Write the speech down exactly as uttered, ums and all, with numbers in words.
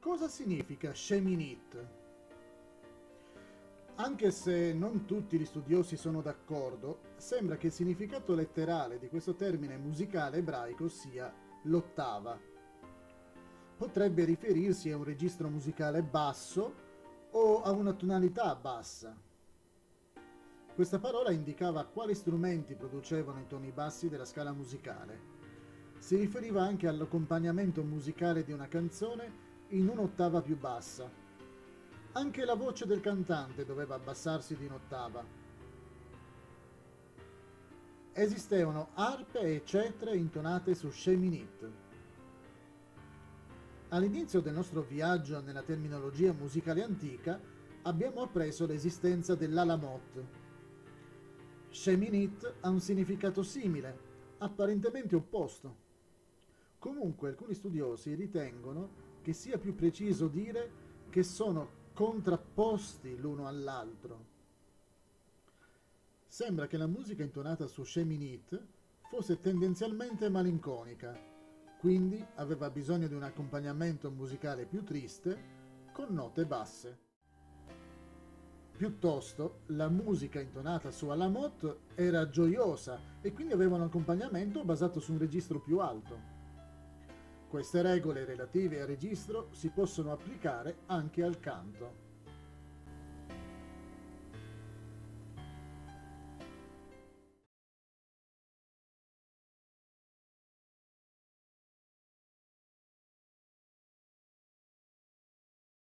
Cosa significa Sheminith? Anche se non tutti gli studiosi sono d'accordo, sembra che il significato letterale di questo termine musicale ebraico sia l'ottava. Potrebbe riferirsi a un registro musicale basso o a una tonalità bassa. Questa parola indicava quali strumenti producevano i toni bassi della scala musicale. Si riferiva anche all'accompagnamento musicale di una canzone in un'ottava più bassa. Anche la voce del cantante doveva abbassarsi di un'ottava. Esistevano arpe e cetre intonate su Sheminith. All'inizio del nostro viaggio nella terminologia musicale antica abbiamo appreso l'esistenza dell'alamot. Sheminith ha un significato simile, apparentemente opposto. Comunque alcuni studiosi ritengono che sia più preciso dire che sono contrapposti l'uno all'altro. Sembra che la musica intonata su Sheminith fosse tendenzialmente malinconica, quindi aveva bisogno di un accompagnamento musicale più triste con note basse. Piuttosto, la musica intonata su Alamot era gioiosa e quindi aveva un accompagnamento basato su un registro più alto. Queste regole relative al registro si possono applicare anche al canto.